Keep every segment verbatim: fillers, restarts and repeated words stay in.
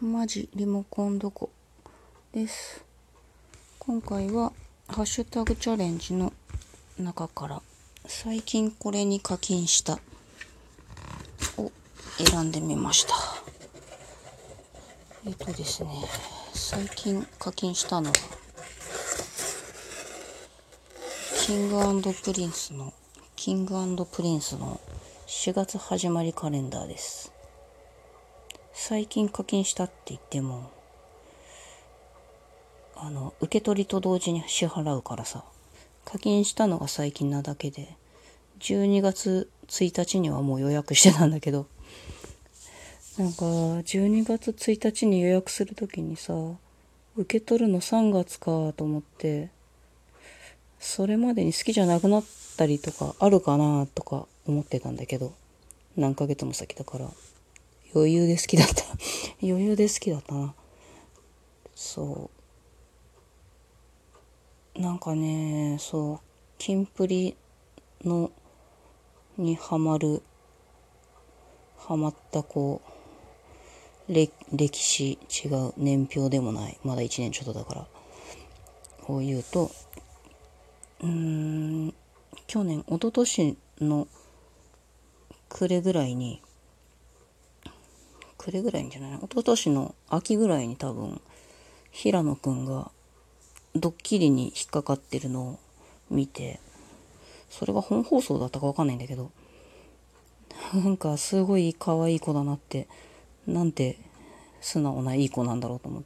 マジリモコンどこです。今回はハッシュタグチャレンジの中から最近これに課金したを選んでみました。えっとですね最近課金したのはキング&プリンスのキング&プリンスのしがつ始まりカレンダーです。最近課金したって言ってもあの受け取りと同時に支払うからさ、課金したのが最近なだけでじゅうにがつついたちにはもう予約してたんだけど、なんかじゅうにがつついたちに予約するときにさ、受け取るのさんがつかと思って、それまでに好きじゃなくなったりとかあるかなとか思ってたんだけど、何ヶ月も先だから余裕で好きだった余裕で好きだったな。そうなんかね、そうキンプリのにハマるハマったこう歴史違う年表でもない、まだいちねんちょっとだからを言うと、うーん去年一昨年の暮れぐらいに暮れぐらいじゃない一昨年の秋ぐらいに多分平野くんがドッキリに引っかかってるのを見て、それが本放送だったかわかんないんだけど、なんかすごい可愛い子だなって、なんて素直ないい子なんだろうと思って、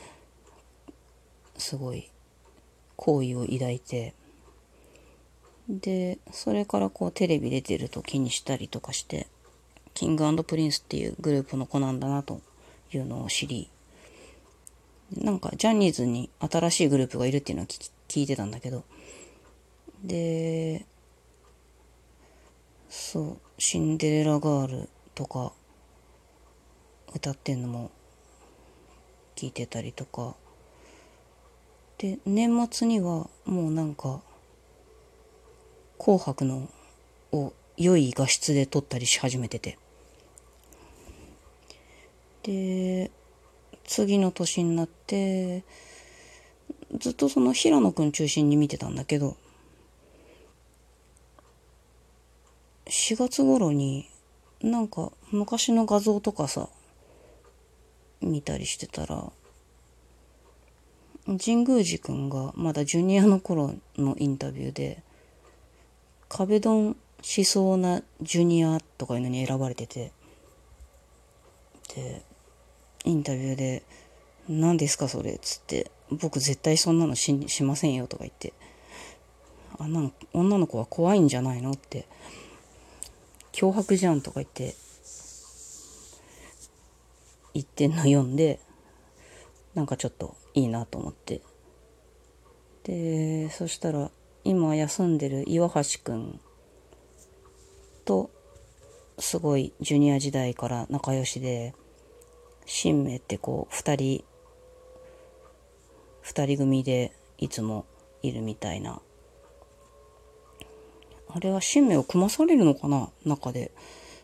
すごい好意を抱いて、でそれからこうテレビ出てると気にしたりとかして、キング&プリンスっていうグループの子なんだなというのを知り、なんかジャニーズに新しいグループがいるっていうのは聞いてたんだけど、でそうシンデレラガールとか歌ってんのも聞いてたりとかで、年末にはもうなんか紅白のを良い画質で撮ったりし始めてて、で次の年になってずっとその平野くん中心に見てたんだけど、しがつ頃になんか昔の画像とかさ見たりしてたら、神宮寺くんがまだジュニアの頃のインタビューで壁ドンしそうなジュニアとかいうのに選ばれてて、でインタビューで何ですかそれっつって、僕絶対そんなの し, しませんよとか言って、あんなの女の子は怖いんじゃないのって、脅迫じゃんとか言って言ってんの読んで、なんかちょっといいなと思って、でそしたら今休んでる岩橋くんとすごいジュニア時代から仲良しで、新明ってこう二人二人組でいつもいるみたいな、あれは新明を組まされるのかな中で、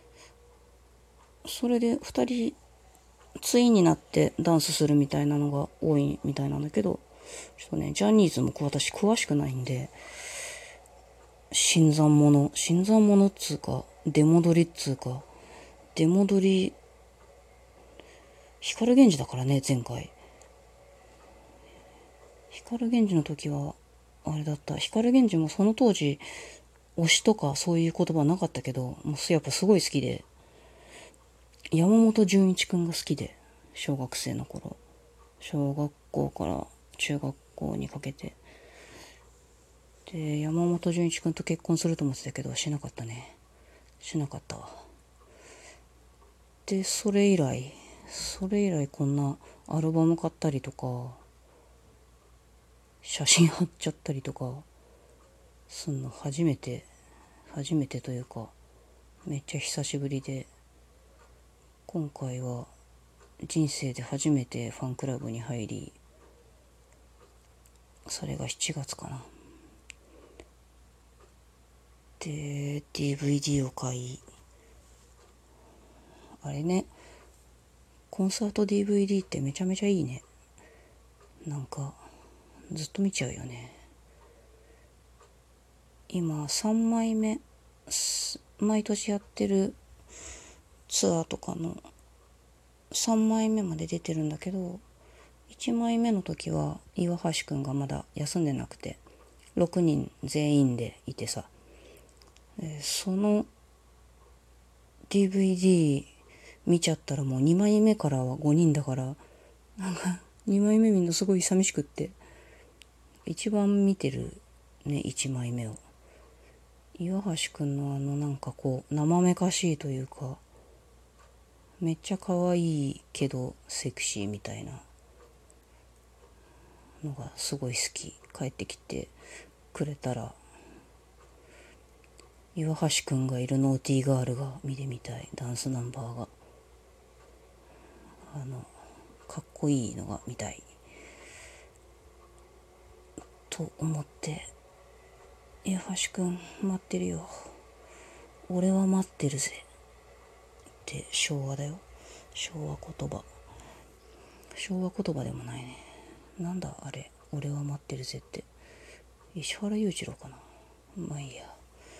それで二人ツインになってダンスするみたいなのが多いみたいなんだけど、ちょっとねジャニーズも私詳しくないんで、新参者新参者っつうか出戻りっつうか出戻り光源氏だからね。前回光源氏の時はあれだった。光源氏もその当時推しとかそういう言葉なかったけど、もうやっぱすごい好きで、山本純一くんが好きで、小学生の頃、小学校から中学校にかけて、で山本純一くんと結婚すると思ってたけどしなかったね。しなかったわ。でそれ以来それ以来こんなアルバム買ったりとか写真貼っちゃったりとかすんの初めて初めてというかめっちゃ久しぶりで、今回は人生で初めてファンクラブに入り、それがしちがつかな。で ディーブイディー を買い、あれね、 コンサート ディーブイディー ってめちゃめちゃいいね。なんかずっと見ちゃうよね。今さんまいめ、毎年やってるツアーとかのさんまいめまで出てるんだけど、いちまいめの時は岩橋くんがまだ休んでなくてろくにん全員でいてさ、その ディーブイディー 見ちゃったらもうにまいめからはごにんだから、なんかにまいめみんなすごい寂しくって、一番見てるねいちまいめを。岩橋くんのあのなんかこう生めかしいというか、めっちゃ可愛いけどセクシーみたいなのがすごい好き。帰ってきてくれたら岩橋くんがいるノーティーガールが見てみたい。ダンスナンバーがあのかっこいいのが見たいと思って、岩橋くん待ってるよ、俺は待ってるぜって昭和だよ。昭和言葉。昭和言葉でもないね。なんだあれ、俺は待ってるぜって。石原裕次郎かな。まあいいや。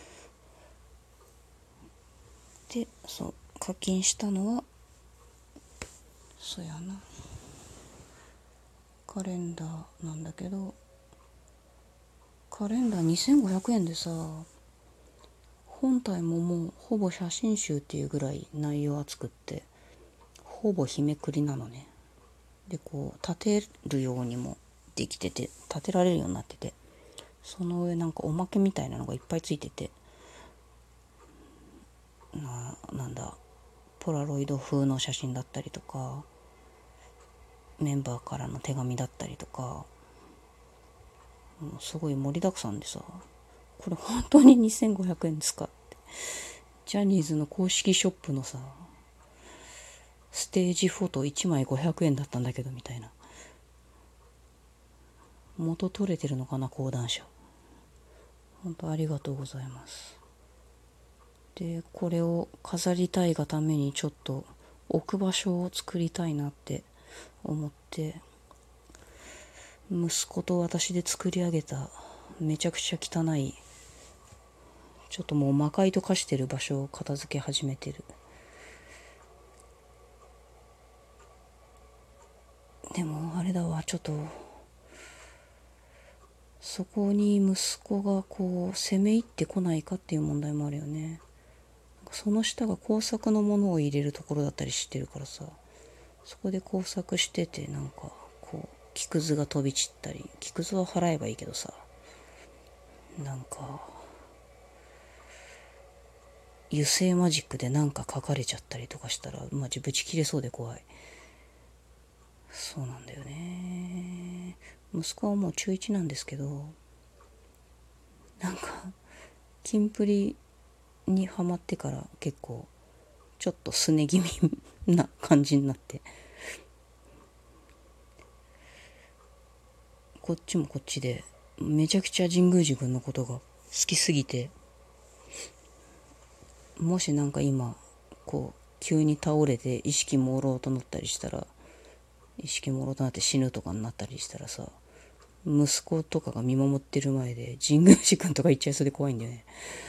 で、そう課金したのはそうやな、カレンダーなんだけど、カレンダーにせんごひゃくえんでさ、本体ももうほぼ写真集っていうぐらい内容厚くって、ほぼ日めくりなのね。でこう立てるようにもできてて、立てられるようになってて、その上なんかおまけみたいなのがいっぱいついてて、な、なんだポラロイド風の写真だったりとか、メンバーからの手紙だったりとか、すごい盛りだくさんでさ、これ本当ににせんごひゃくえんですかって。ジャニーズの公式ショップのさステージフォトいちまいごひゃくえんだったんだけどみたいな。元取れてるのかな講談社。本当ありがとうございます。でこれを飾りたいがためにちょっと置く場所を作りたいなって思って、息子と私で作り上げためちゃくちゃ汚い、ちょっともう魔界と化してる場所を片付け始めてる。でもあれだわ、ちょっとそこに息子がこう攻め入ってこないかっていう問題もあるよね。その下が工作のものを入れるところだったりしてるからさ、そこで工作してて、なんかこう木くずが飛び散ったり、木くずは払えばいいけどさ、なんか油性マジックでなんか書かれちゃったりとかしたらマジブチ切れそうで怖い。そうなんだよね。息子はもう中いちなんですけど、なんかキンプリにハマってから結構ちょっとすね気味な感じになって、こっちもこっちでめちゃくちゃ神宮寺君のことが好きすぎて、もしなんか今こう急に倒れて意識朦朧となったりしたら、意識朦朧となって死ぬとかになったりしたらさ、息子とかが見守ってる前で神宮寺君とか言っちゃいそうで怖いんだよね。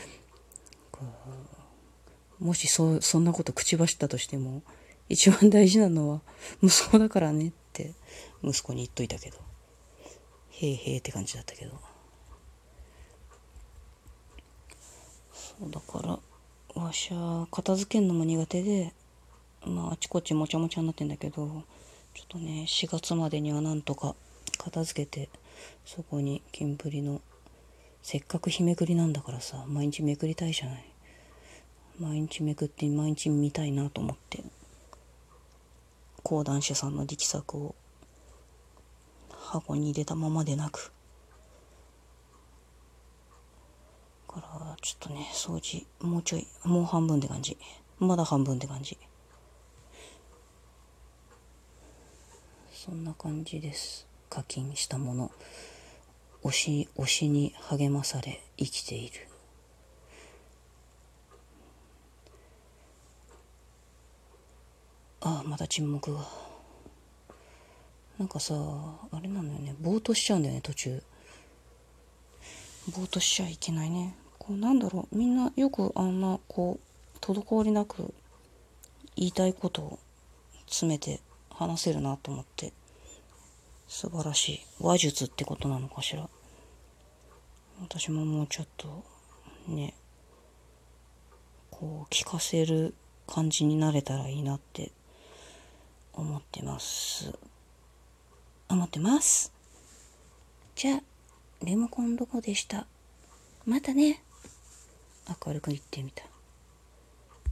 もしそそんなこと口走ったとしても、一番大事なのは息子だからねって息子に言っといたけど、へいへいって感じだったけど、そうだからわしは片付けるのも苦手で、まああちこちもちゃもちゃになってんだけど、ちょっとねしがつまでにはなんとか片付けて、そこにキンプリの、せっかく日めくりなんだからさ、毎日めくりたいじゃない。毎日めくって毎日見たいなと思って、講談社さんの力作を箱に入れたままでなく、からちょっとね掃除もうちょい、もう半分って感じ、まだ半分って感じ、そんな感じです。課金したもの、推し推しに励まされ生きている。あああ、また沈黙が。なんかさ、あれなのよね、ぼーっとしちゃうんだよね、途中。ぼーっとしちゃいけないね。こう、なんだろう、みんなよくあんな、こう、滞りなく言いたいことを詰めて話せるなと思って、素晴らしい。話術ってことなのかしら。私ももうちょっと、ね、こう、聞かせる感じになれたらいいなって思ってます。思ってます。じゃあ、リモコンどこでした。またね。明るく言ってみた。